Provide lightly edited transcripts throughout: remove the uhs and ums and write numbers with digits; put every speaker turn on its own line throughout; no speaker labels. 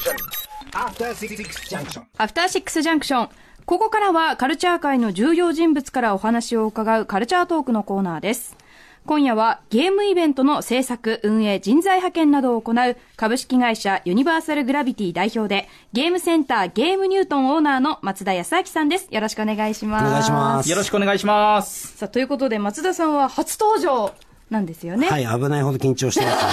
アフターシックスジャンクション。
アフターシックスジャンクション。ここからはカルチャー界の重要人物からお話を伺うカルチャートークのコーナーです。今夜はゲームイベントの制作、運営、人材派遣などを行う株式会社ユニバーサルグラビティ代表でゲームセンターゲームニュートンオーナーの松田康明さんです。よろしくお願いします。
お願いします。
よろしくお願いします。
さあ、ということで松田さんは初登場なんですよね。
はい、危ないほど緊張してます、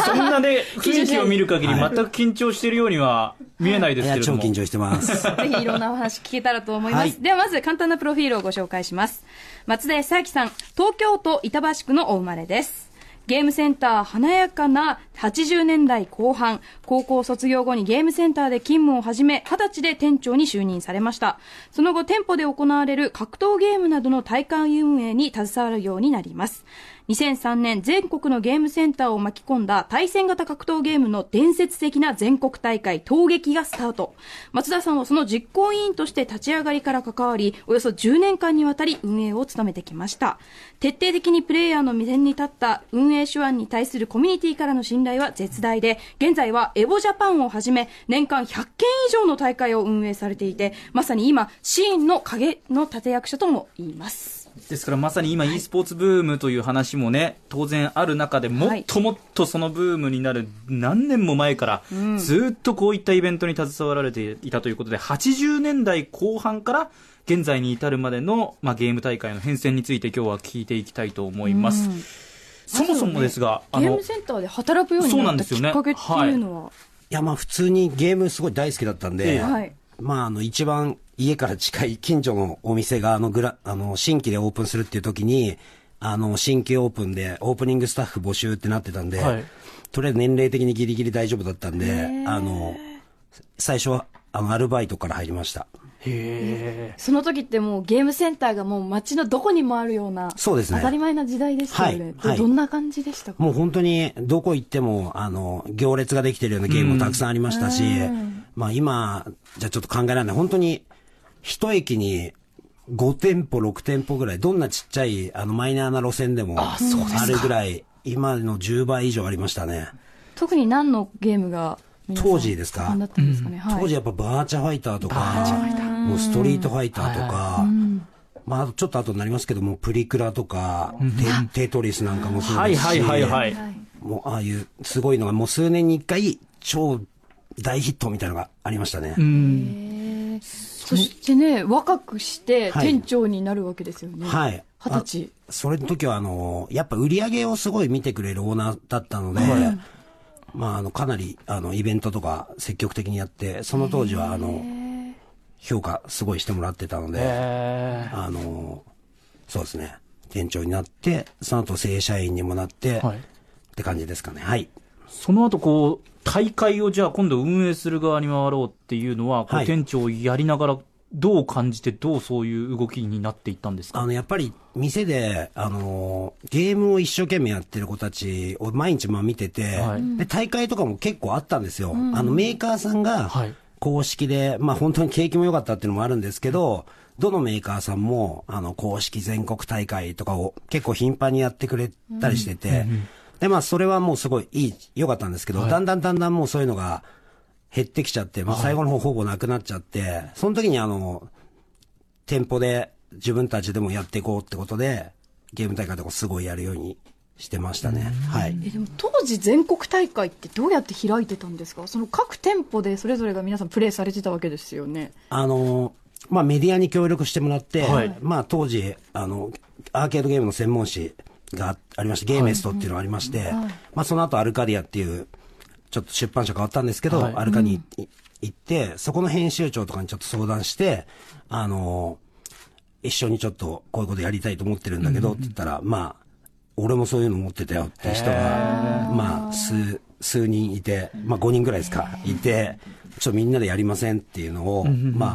そんなね、雰囲気を見る限り全く緊張しているようには見えないですけれども。
いや、超緊張してます。
ぜひいろんなお話聞けたらと思います。はい、ではまず簡単なプロフィールをご紹介します。松田康明さん、東京都板橋区のお生まれです。ゲームセンター華やかな80年代後半、高校卒業後にゲームセンターで勤務を始め、20歳で店長に就任されました。その後、店舗で行われる格闘ゲームなどの大会運営に携わるようになります。2003年、全国のゲームセンターを巻き込んだ対戦型格闘ゲームの伝説的な全国大会、闘撃がスタート。松田さんはその実行委員として立ち上がりから関わり、およそ10年間にわたり運営を務めてきました。徹底的にプレイヤーの目線に立った運営手腕に対するコミュニティからの信頼は絶大で、現在はエボジャパンをはじめ、年間100件以上の大会を運営されていて、まさに今、シーンの影の立役者とも言います。
ですからまさに今 e スポーツブームという話もね、当然ある中でもっともっとそのブームになる何年も前からずっとこういったイベントに携わられていたということで、80年代後半から現在に至るまでの、ゲーム大会の変遷について今日は聞いていきたいと思います。そもそもですが、
ゲームセンターで働くようになったきっかけっていうのは、
いや、普通にゲームすごい大好きだったんで、一番家から近い近所のお店が新規でオープンするっていう時に、新規オープンでオープニングスタッフ募集ってなってたんで、とりあえず年齢的にギリギリ大丈夫だったんで、最初はアルバイトから入りました。
その時ってもうゲームセンターがもう街のどこにもあるような、そうですね、当たり前な時代でしたよね。どんな感じでしたか？
もう本当にどこ行っても行列ができてるようなゲームもたくさんありましたし、今じゃちょっと考えられない、本当に一駅に5店舗6店舗ぐらい、どんなちっちゃいマイナーな路線でもあるぐらい、今の10倍以上ありましたね。
特に何のゲームが
当時ですか？当時やっぱバーチャファイターとか、もうストリートファイターとか、ちょっと後になりますけども、プリクラとか、テトリスなんかもそうですし、もうああいうすごいのがもう数年に1回超大ヒットみたいなのがありましたね。
そしてね、若くして店長になるわけですよね。
はい。
20歳。
それの時はやっぱ売り上げをすごい見てくれるオーナーだったので、かなりイベントとか積極的にやって、その当時は評価すごいしてもらってたので、そうですね、店長になって、その後正社員にもなって、って感じですかね。はい。
その後大会をじゃあ今度運営する側に回ろうっていうのは、店長をやりながらどう感じて、どうそういう動きになっていったんですか？
やっぱり店で、ゲームを一生懸命やってる子たちを毎日見てて、で、大会とかも結構あったんですよ。メーカーさんが公式で、本当に景気も良かったっていうのもあるんですけど、どのメーカーさんも、公式全国大会とかを結構頻繁にやってくれたりしてて、で、それはもうすごい良かったんですけど、だんだんもうそういうのが減ってきちゃって、最後の方ほぼなくなっちゃって、その時に店舗で自分たちでもやっていこうってことで、ゲーム大会とかすごいやるようにしてましたね。はい。
でも当時全国大会ってどうやって開いてたんですか？その各店舗でそれぞれが皆さんプレイされてたわけですよね。
メディアに協力してもらって、当時、アーケードゲームの専門誌がありまして、ゲーメストっていうのがありまして、その後アルカディアっていう、ちょっと出版社変わったんですけど、アルカに行って、そこの編集長とかにちょっと相談して、一緒にちょっとこういうことやりたいと思ってるんだけどって言ったら、俺もそういうの持ってたよって人が、数人いて、5人ぐらいですか、いて、ちょっとみんなでやりませんっていうのを、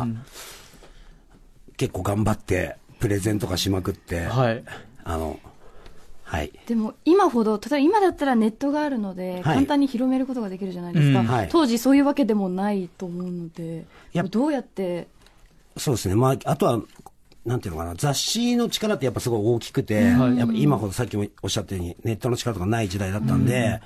結構頑張ってプレゼンとかしまくって、
でも今ほど、例えば今だったらネットがあるので、簡単に広めることができるじゃないですか。当時そういうわけでもないと思うので、どうやって。
そうですね。あとは、なんていうのかな、雑誌の力ってやっぱすごい大きくて、やっぱ今ほどさっきもおっしゃったようにネットの力とかない時代だったんで、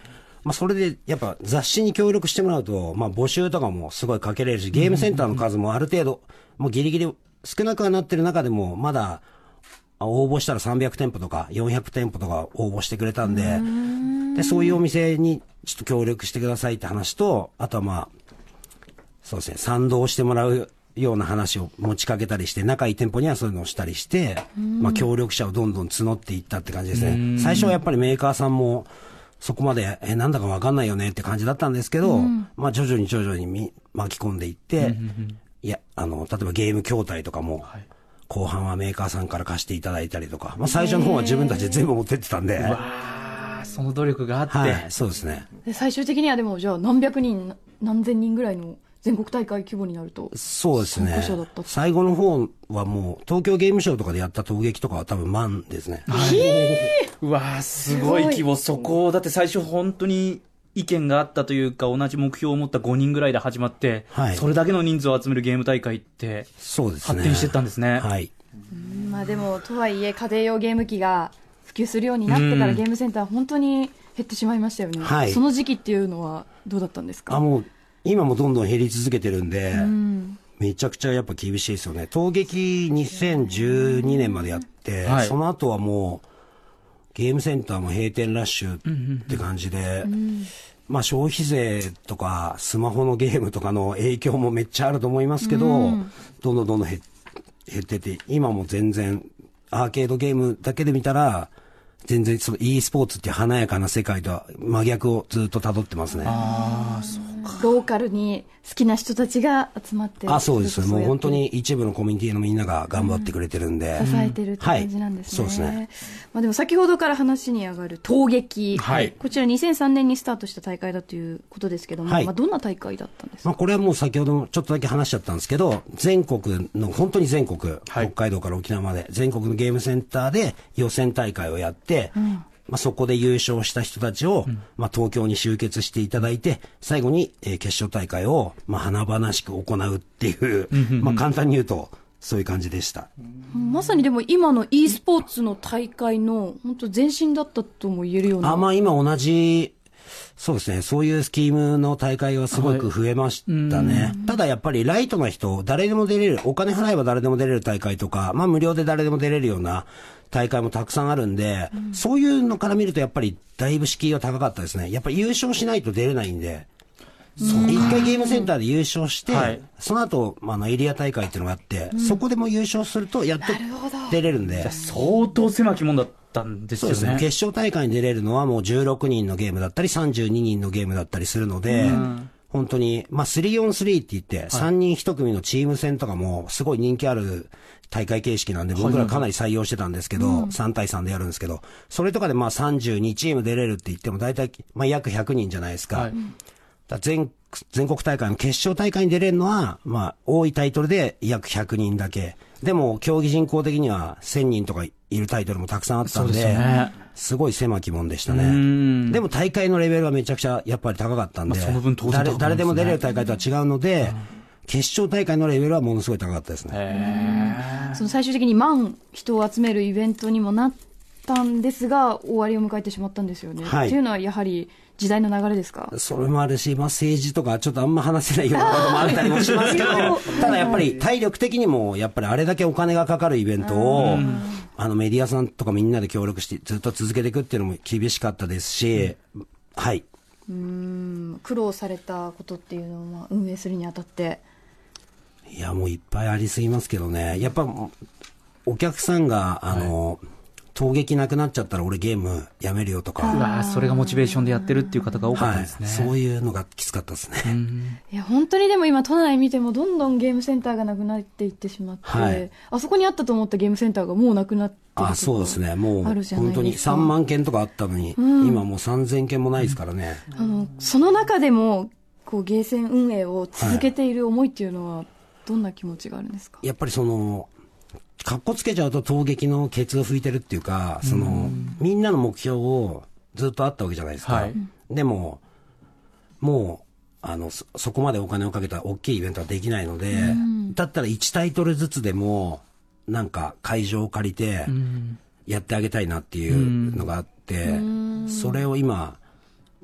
まあ、それで、やっぱ雑誌に協力してもらうと、まあ、募集とかもすごいかけれるし、ゲームセンターの数もある程度、もうギリギリ少なくはなってる中でも、まだ、応募したら300店舗とか400店舗とか応募してくれたんで、で、そういうお店にちょっと協力してくださいって話と、あとはまあ、そうですね、賛同してもらうような話を持ちかけたりして、仲いい店舗にはそういうのをしたりして、まあ、協力者をどんどん募っていったって感じですね。最初はやっぱりメーカーさんも、そこまで、なんだかわかんないよねって感じだったんですけど、まあ徐々に巻き込んでいって、いや、例えばゲーム筐体とかも、後半はメーカーさんから貸していただいたりとか、まあ最初の方は自分たちで全部持ってってたんで。
その努力があって。
はい、そうですね。
で最終的にはでも、じゃあ何百人、何千人ぐらいの全国大会規模になると。
そうですね。最後の方はもう、東京ゲームショウとかでやった陶撃とかは多分万ですね。
うわー、すごい規模。そこ、だって最初本当に意見があったというか、同じ目標を持った5人ぐらいで始まって、はい、それだけの人数を集めるゲーム大会って、そうですね。発展していったんですね。
はい。
まあでも、とはいえ、家庭用ゲーム機が普及するようになってからゲームセンター本当に減ってしまいましたよね。はい。その時期っていうのはどうだったんですか？
もう、今もどんどん減り続けてるんで、めちゃくちゃやっぱ厳しいですよね。陶撃2012年までやって、はい、その後はもう、ゲームセンターも閉店ラッシュって感じで、まあ消費税とかスマホのゲームとかの影響もめっちゃあると思いますけど、どんどん減ってて、今も全然アーケードゲームだけで見たら、全然その e スポーツっていう華やかな世界とは真逆をずっと辿ってますね。
ああ、そうか。ローカルに好きな人たちが集まって。
そうです。もう本当に一部のコミュニティのみんなが頑張ってくれてるんで。
支えてるって感じなんですね。
はい、そうですね。
まあでも先ほどから話に上がる陶撃。はい。こちら2003年にスタートした大会だということですけども、はい、まあどんな大会だったんですか？
まあこれはもう先ほどもちょっとだけ話しちゃったんですけど、全国の、本当に全国、はい、北海道から沖縄まで、全国のゲームセンターで予選大会をやって、まあ、そこで優勝した人たちを、まあ、東京に集結していただいて、最後に、決勝大会を、まあ、華々しく行うっていう、まあ、簡単に言うと、そういう感じでした。
まさにでも今の e スポーツの大会の、本当前身だったとも言えるような。
まあ今同じ、そうですね、そういうスキームの大会はすごく増えましたね。ただやっぱりライトな人、誰でも出れる、お金払えば誰でも出れる大会とか、まあ無料で誰でも出れるような大会もたくさんあるんで、そういうのから見るとやっぱりだいぶ敷居が高かったですね。やっぱり優勝しないと出れないんで、一回ゲームセンターで優勝して、はい、その後、エリア大会っていうのがあって、そこでも優勝するとやっと出れるんで。
相当狭き門だったんですよね。
そうですね。決勝大会に出れるのはもう16人のゲームだったり、32人のゲームだったりするので、本当に、3on3 って言って、3人1組のチーム戦とかもすごい人気ある大会形式なんで、僕らかなり採用してたんですけど、3対3でやるんですけど、それとかで32チーム出れるって言っても大体、約100人じゃないですか。全国大会の決勝大会に出れるのは、多いタイトルで約100人だけ。でも、競技人口的には1000人とかいるタイトルもたくさんあったんで、すごい狭き門でしたね。でも大会のレベルはめちゃくちゃやっぱり高かったんで、誰でも出れる大会とは違うので、決勝大会のレベルはものすごい高かったですね。
その最終的に万人を集めるイベントにもなったんですが、終わりを迎えてしまったんですよね。はい、っていうのはやはり、時代の流れですか？
それもあるし、政治とかちょっとあんま話せないようなこともあったりもしますけど、ただやっぱり体力的にも、やっぱりあれだけお金がかかるイベントを、メディアさんとかみんなで協力してずっと続けていくっていうのも厳しかったですし、はい。
苦労されたことっていうのを運営するにあたって。
いや、もういっぱいありすぎますけどね。やっぱ、お客さんが、陶撃なくなっちゃったら俺ゲームやめるよとか。
それがモチベーションでやってるっていう方が多かったですね。
そういうのがきつかったですね。
いや、本当にでも今都内見てもどんどんゲームセンターがなくなっていってしまって、あそこにあったと思ったゲームセンターがもうなくなってると
そうですね。もう本当に3万件とかあったのに、今もう3000件もないですからね。
その中でも、ゲーセン運営を続けている思いっていうのは、どんな気持ちがあるんですか？
やっぱりかっこつけちゃうと陶撃のケツを拭いてるっていうか、みんなの目標をずっとあったわけじゃないですか。でも、もう、そこまでお金をかけた大きいイベントはできないので、だったら1タイトルずつでも、なんか会場を借りて、やってあげたいなっていうのがあって、それを今、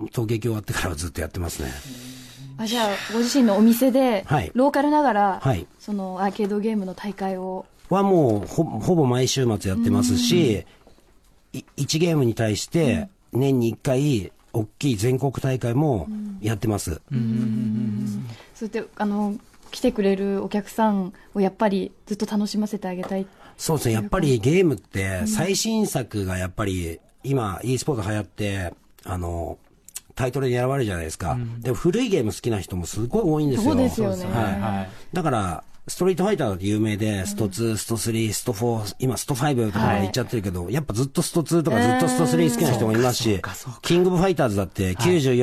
陶芸終わってからはずっとやってますね。
じゃあご自身のお店で、
はい、
ローカルながら、
はい、
そのアーケードゲームの大会を
はもうほぼ毎週末やってますし、1ゲームに対して年に1回大きい全国大会もやってます。
そうやって来てくれるお客さんをやっぱりずっと楽しませてあげたい。
そうですね。やっぱりゲームって最新作がやっぱり今 e スポーツ流行ってタイトルに選ばれるじゃないですか。でも古いゲーム好きな人もすごい多いんですよ。
そうですよね。
はい。だからストリートファイターだって有名で、スト2、スト3、スト4、今スト5とかまで行っちゃってるけど、やっぱずっとスト2とかずっとスト3好きな人もいますし、キングオブファイターズだって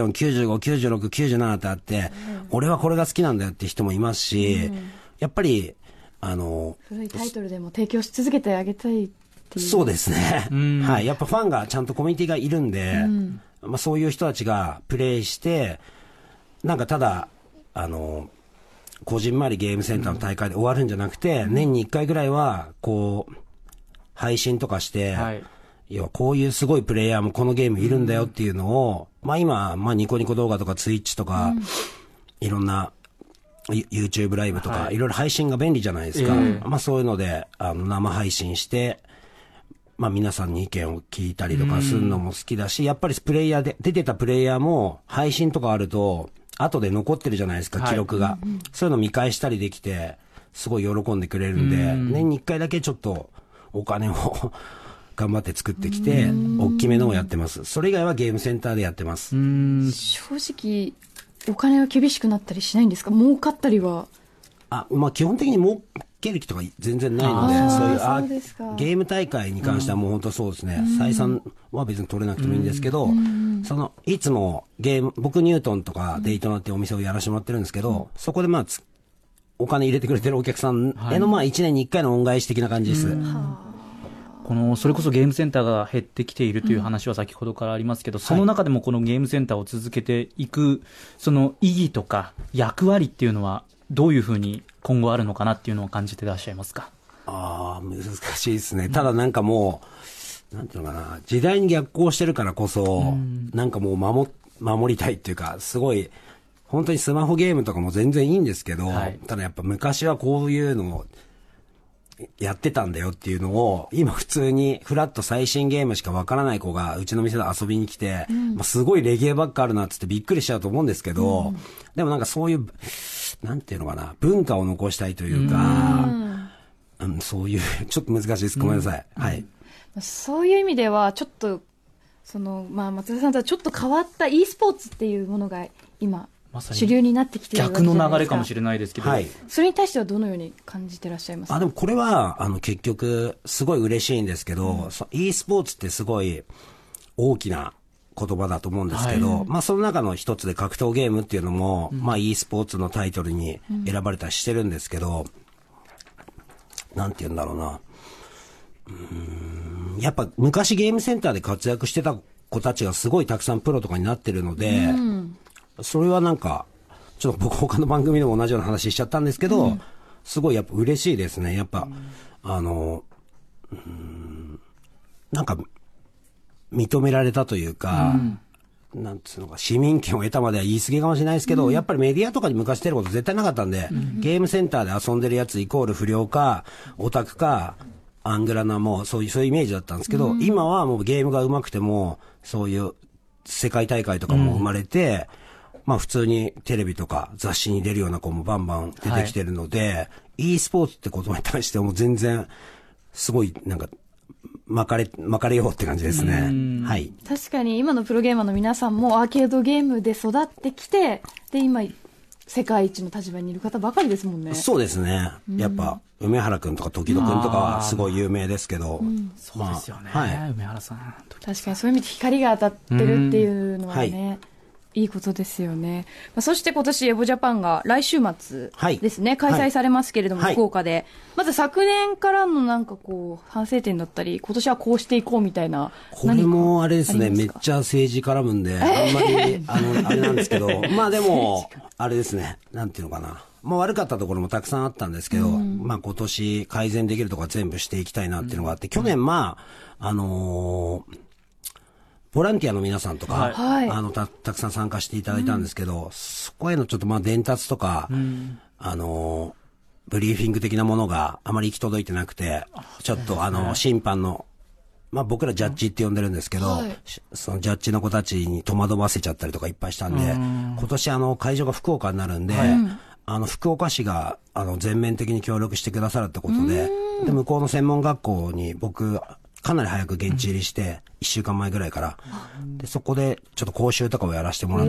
94、95、96、97ってあって、俺はこれが好きなんだよって人もいますし、やっぱり、
古いタイトルでも提供し続けてあげたいっていう。
そうですね。はい。やっぱファンがちゃんとコミュニティがいるんで、まあそういう人たちがプレイして、なんかただ、こじんまりゲームセンターの大会で終わるんじゃなくて、年に1回ぐらいは、こう、配信とかして、要はこういうすごいプレイヤーもこのゲームいるんだよっていうのを、まあ今、まあニコニコ動画とかツイッチとか、いろんな、YouTube ライブとか、いろいろ配信が便利じゃないですか。まあそういうので、生配信して、まあ皆さんに意見を聞いたりとかするのも好きだし、やっぱりプレイヤーで、出てたプレイヤーも配信とかあると、後で残ってるじゃないですか、記録が。そういうの見返したりできて、すごい喜んでくれるんで、年に1回だけちょっとお金を頑張って作ってきて、大きめのをやってます。それ以外はゲームセンターでやってます。
正直、お金は厳しくなったりしないんですか？儲かったりは。
まあ基本的に儲ける気とか全然ないので、そういうゲーム大会に関してはもう本当そうですね。採算は別に取れなくてもいいんですけど、いつも僕ニュートンとかデイトナっていうお店をやらせてもらってるんですけど、そこでまあ、お金入れてくれてるお客さんへのまあ1年に1回の恩返し的な感じです。
それこそゲームセンターが減ってきているという話は先ほどからありますけど、その中でもこのゲームセンターを続けていく、その意義とか役割っていうのは、どういうふうに今後あるのかなっていうのを感じていらっしゃいますか？
難しいですね。ただなんかもう、なんていうのかな、時代に逆行してるからこそ、なんかもう守りたいっていうか、すごい、本当にスマホゲームとかも全然いいんですけど、ただやっぱ昔はこういうのをやってたんだよっていうのを、今普通にフラット最新ゲームしかわからない子がうちの店で遊びに来て、まあすごいレゲエばっかあるなっつってびっくりしちゃうと思うんですけど、でもなんかそういう、なんていうのかな、文化を残したいというか、そういう、ちょっと難しいです。ごめんなさい。はい。
そういう意味では、ちょっと、まあ松田さんとはちょっと変わった e スポーツっていうものが今、主流になってきているわけじゃないですか。
逆の流れかもしれないですけど、
それに対してはどのように感じてらっしゃいますか？
でもこれは結局すごい嬉しいんですけど、e スポーツってすごい大きな言葉だと思うんですけど、まあその中の一つで格闘ゲームっていうのも、まあ e スポーツのタイトルに選ばれたりしてるんですけど、なんて言うんだろうな、やっぱ昔ゲームセンターで活躍してた子たちがすごいたくさんプロとかになってるので、それはなんか、ちょっと僕他の番組でも同じような話しちゃったんですけど、すごいやっぱ嬉しいですね。やっぱ、なんか、認められたというか、なんつうのか、市民権を得たまでは言い過ぎかもしれないですけど、やっぱりメディアとかに昔出ること絶対なかったんで、ゲームセンターで遊んでるやつイコール不良か、オタクか、アングラなもうそういうイメージだったんですけど、今はもうゲームが上手くても、そういう世界大会とかも生まれて、まあ普通にテレビとか雑誌に出るような子もバンバン出てきてるので、e スポーツって言葉に対しても全然、すごいなんか、巻かれようって感じですね。はい。
確かに今のプロゲーマーの皆さんもアーケードゲームで育ってきて、で今、世界一の立場にいる方ばかりですもんね。
そうですね。やっぱ、梅原くんとか時戸くんとかはすごい有名ですけど。
そうですよね。梅原さん。
確かにそういう意味で光が当たってるっていうのはね、いいことですよね。そして今年エボジャパンが来週末ですね、開催されますけれども、福岡で。まず昨年からのなんかこう、反省点だったり、今年はこうしていこうみたいな。
これもあれですね、めっちゃ政治絡むんで、あんまり、あれなんですけど、まあでも、あれですね、なんていうのかな。まあ悪かったところもたくさんあったんですけど、まあ今年改善できるところは全部していきたいなっていうのがあって、去年まあ、 ボランティアの皆さんとか、
はい、
たくさん参加していただいたんですけど、そこへのちょっと伝達とか、ブリーフィング的なものがあまり行き届いてなくて、ちょっと審判の、僕らジャッジって呼んでるんですけど、そのジャッジの子たちに戸惑わせちゃったりとかいっぱいしたんで、今年会場が福岡になるんで、福岡市が全面的に協力してくださるってことで、で向こうの専門学校に僕かなり早く現地入りして、1週間前ぐらいから、でそこでちょっと講習とかをやらせてもらって、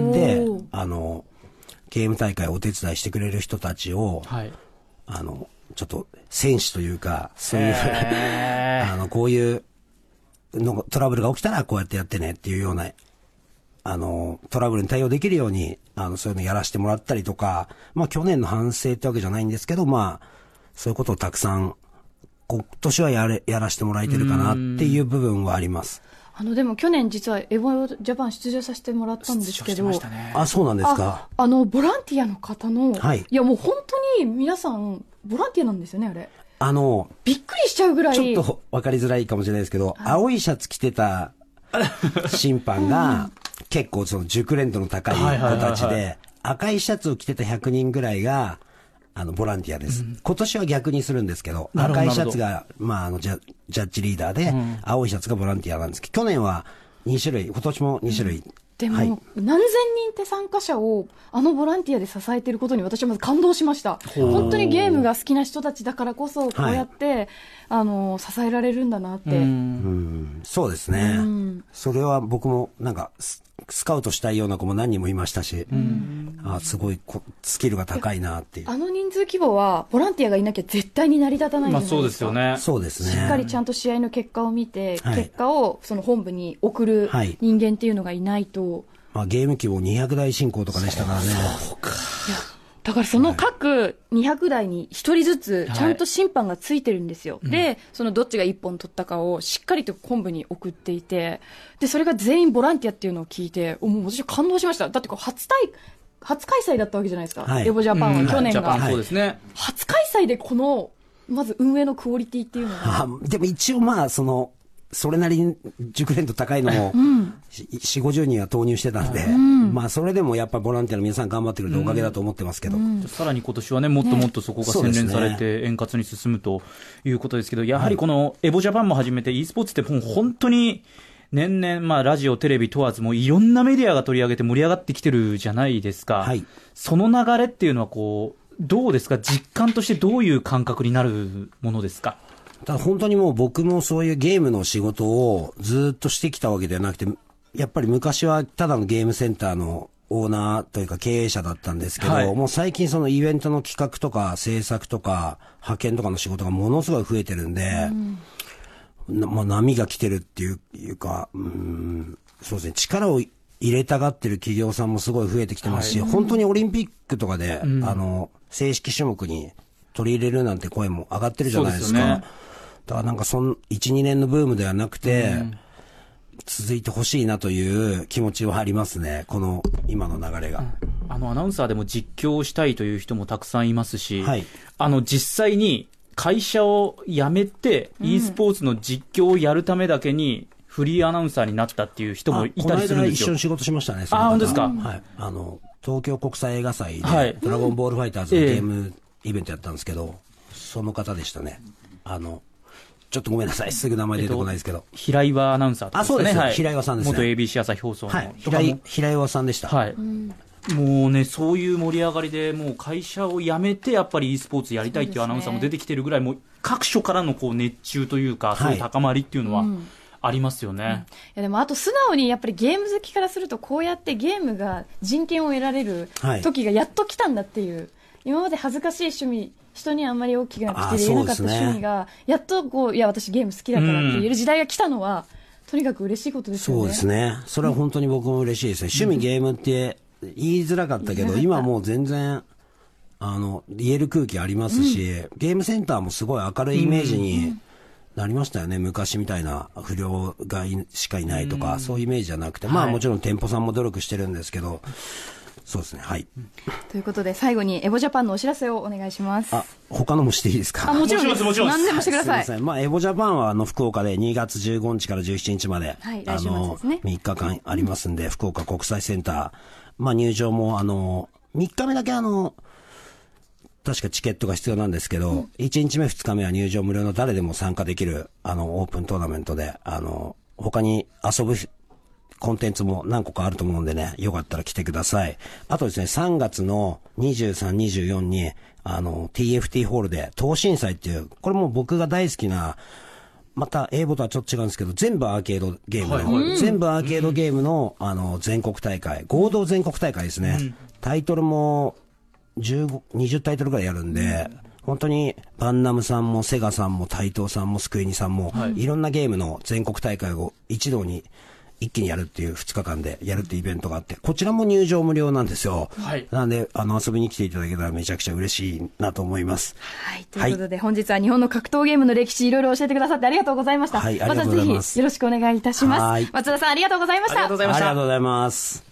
ゲーム大会をお手伝いしてくれる人たちを、ちょっと選手というか、そういうこういうのトラブルが起きたらこうやってやってねっていうような、トラブルに対応できるように、そういうのやらせてもらったりとか、去年の反省ってわけじゃないんですけど、そういうことをたくさん、今年はやらせてもらえてるかなっていう部分はあります。
でも去年実はエボジャパン出場させてもらったんですけど、ね、
そうなんですか。
ボランティアの方の、いやもう本当に皆さんボランティアなんですよね、あれ。びっくりしちゃうぐらい。
ちょっと分かりづらいかもしれないですけど、青いシャツ着てた審判が結構その熟練度の高い子たちで、赤いシャツを着てた100人ぐらいがボランティアです。今年は逆にするんですけど、赤いシャツがジャッジリーダーで、青いシャツがボランティアなんですけど、去年は2種類、今年も2種類。
でも、何千人って参加者をボランティアで支えていることに私はまず感動しました。本当にゲームが好きな人たちだからこそこうやって、支えられるんだなって。
そうですね。それは僕もなんかスカウトしたいような子も何人もいましたし、すごいスキルが高いなっていう。
人数規模はボランティアがいなきゃ絶対に成り立たないじゃないですか。
そうですよね。
そうですね。
しっかりちゃんと試合の結果を見て、結果をその本部に送る人間っていうのがいないと。
ゲーム機も200台進行とかでしたからね。
そうか。だからその各200台に1人ずつちゃんと審判がついてるんですよ。で、そのどっちが1本取ったかをしっかりと本部に送っていて、で、それが全員ボランティアっていうのを聞いて、もう私は感動しました。だって初開催だったわけじゃないですか。エボジャパンは去年が。
そうですね。
初開催でまず運営のクオリティっていうのが。
でも一応それなりに熟練度高いのも、4、50人は投入してたんで、それでもやっぱボランティアの皆さん頑張ってくれたおかげだと思ってますけど。
さらに今年はね、もっともっとそこが洗練されて円滑に進むということですけど、やはりこのエボジャパンも始めて e スポーツって本当に年々、ラジオ、テレビ問わずもういろんなメディアが取り上げて盛り上がってきてるじゃないですか。その流れっていうのはどうですか？実感としてどういう感覚になるものですか？
ただ本当にもう僕もそういうゲームの仕事をずっとしてきたわけではなくて、やっぱり昔はただのゲームセンターのオーナーというか経営者だったんですけど、もう最近そのイベントの企画とか制作とか派遣とかの仕事がものすごい増えてるんで、波が来てるっていうか、そうですね、力を入れたがってる企業さんもすごい増えてきてますし、本当にオリンピックとかで、正式種目に取り入れるなんて声も上がってるじゃないですか。だからなんか1、2年のブームではなくて、続いてほしいなという気持ちはありますね、この今の流れが。
アナウンサーでも実況をしたいという人もたくさんいますし、実際に会社を辞めて e スポーツの実況をやるためだけにフリーアナウンサーになったっていう人もいたりするんですよ。
この間一緒に仕事しましたね。
本当ですか？
東京国際映画祭で、ドラゴンボールファイターズのゲームイベントやったんですけど、その方でしたね。ちょっとごめんなさい、すぐ名前出てこないですけど。
平岩アナウンサーとかですね。
そうです、平岩さんですね。
元 ABC 朝日放送の。
平岩さんでした。
もうね、そういう盛り上がりで、もう会社を辞めて、やっぱり e スポーツやりたいっていうアナウンサーも出てきてるぐらい、もう各所からの熱中というか、そういう高まりっていうのはありますよね。
いやでもあと素直にやっぱりゲーム好きからすると、こうやってゲームが人権を得られる時がやっと来たんだっていう、今まで恥ずかしい趣味、人にあんまり大きな口で言えなかった趣味が、やっといや私ゲーム好きだからって言える時代が来たのは、とにかく嬉しいことですよね。
そうですね。それは本当に僕も嬉しいですね。趣味ゲームって言いづらかったけど、今もう全然言える空気ありますし、ゲームセンターもすごい明るいイメージになりましたよね。昔みたいな不良がしかいないとか、そういうイメージじゃなくて、もちろん店舗さんも努力してるんですけど、 そうですね。はい。
ということで、最後にエボジャパンのお知らせをお願いします。
他のもしていいですか？
もちろんです。
もちろんです
何でもしてください。
すみません。まあ、エボジャパンは福岡で2月15日から17日まで、
はい、来週末ですね。
3日間ありますんで、福岡国際センター、まあ、入場も3日目だけ確かチケットが必要なんですけど、1日目2日目は入場無料の誰でも参加できる、オープントーナメントで、他に遊ぶコンテンツも何個かあると思うんでね、よかったら来てください。あとですね、3月の23、24に、TFT ホールで、東震祭っていう、これも僕が大好きな、また英語とはちょっと違うんですけど、全部アーケードゲームの、全部アーケードゲームの、全国大会、合同全国大会ですね。タイトルも20タイトルぐらいやるんで、本当にバンナムさんもセガさんも台東さんもスクエニさんも、いろんなゲームの全国大会を一堂に一気にやるっていう2日間でやるっていうイベントがあって、こちらも入場無料なんですよ。はい。なんで、遊びに来ていただけたらめちゃくちゃ嬉しいなと思います。
はい。ということで、本日は日本の格闘ゲームの歴史いろいろ教えてくださってありがとうございました。
はい、ありがとうございます。
またぜひよろしくお願いいたします。松田さんありがとうございました。
ありがとうございました。ありがとうございます。